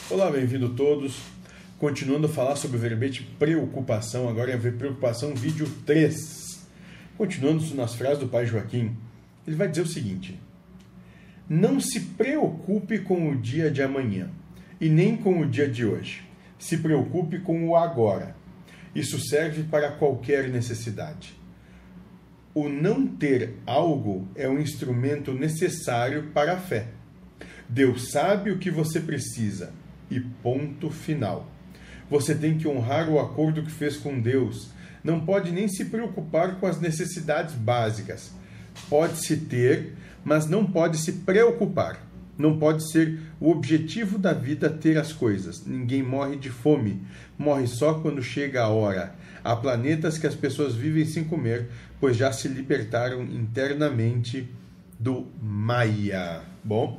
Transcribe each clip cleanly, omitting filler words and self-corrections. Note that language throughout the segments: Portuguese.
Olá, bem-vindo todos. Continuando a falar sobre o verbete preocupação, agora é preocupação vídeo 3. Continuando nas frases do pai Joaquim, ele vai dizer o seguinte: não se preocupe com o dia de amanhã e nem com o dia de hoje. Se preocupe com o agora. Isso serve para qualquer necessidade. O não ter algo é um instrumento necessário para a fé. Deus sabe o que você precisa e ponto final. Você tem que honrar o acordo que fez com Deus. Não pode nem se preocupar com as necessidades básicas. Pode-se ter, mas não pode se preocupar. Não pode ser o objetivo da vida ter as coisas. Ninguém morre de fome. Morre só quando chega a hora. Há planetas que as pessoas vivem sem comer, pois já se libertaram internamente do Maya. Bom,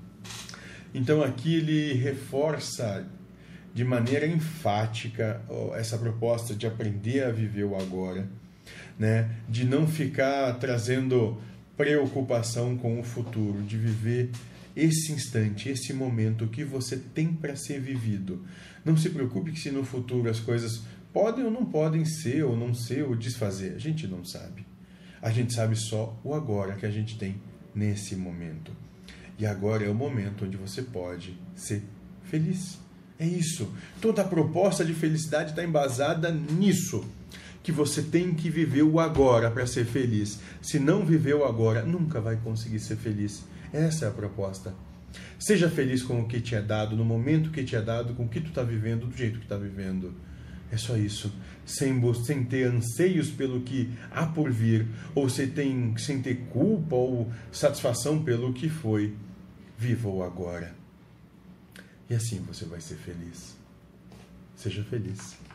então aqui ele reforça de maneira enfática essa proposta de aprender a viver o agora, né? De não ficar trazendo preocupação com o futuro, de viver esse instante, esse momento que você tem para ser vivido. Não se preocupe que se no futuro as coisas podem ou não podem ser, ou não ser, ou desfazer. A gente não sabe. A gente sabe só o agora que a gente tem nesse momento. E agora é o momento onde você pode ser feliz. É isso. Toda a proposta de felicidade está embasada nisso. Que você tem que viver o agora para ser feliz. Se não viver o agora, nunca vai conseguir ser feliz. Essa é a proposta. Seja feliz com o que te é dado, no momento que te é dado, com o que tu está vivendo, do jeito que está vivendo. É só isso. Sem ter anseios pelo que há por vir, ou sem ter culpa ou satisfação pelo que foi. Viva o agora. E assim você vai ser feliz. Seja feliz.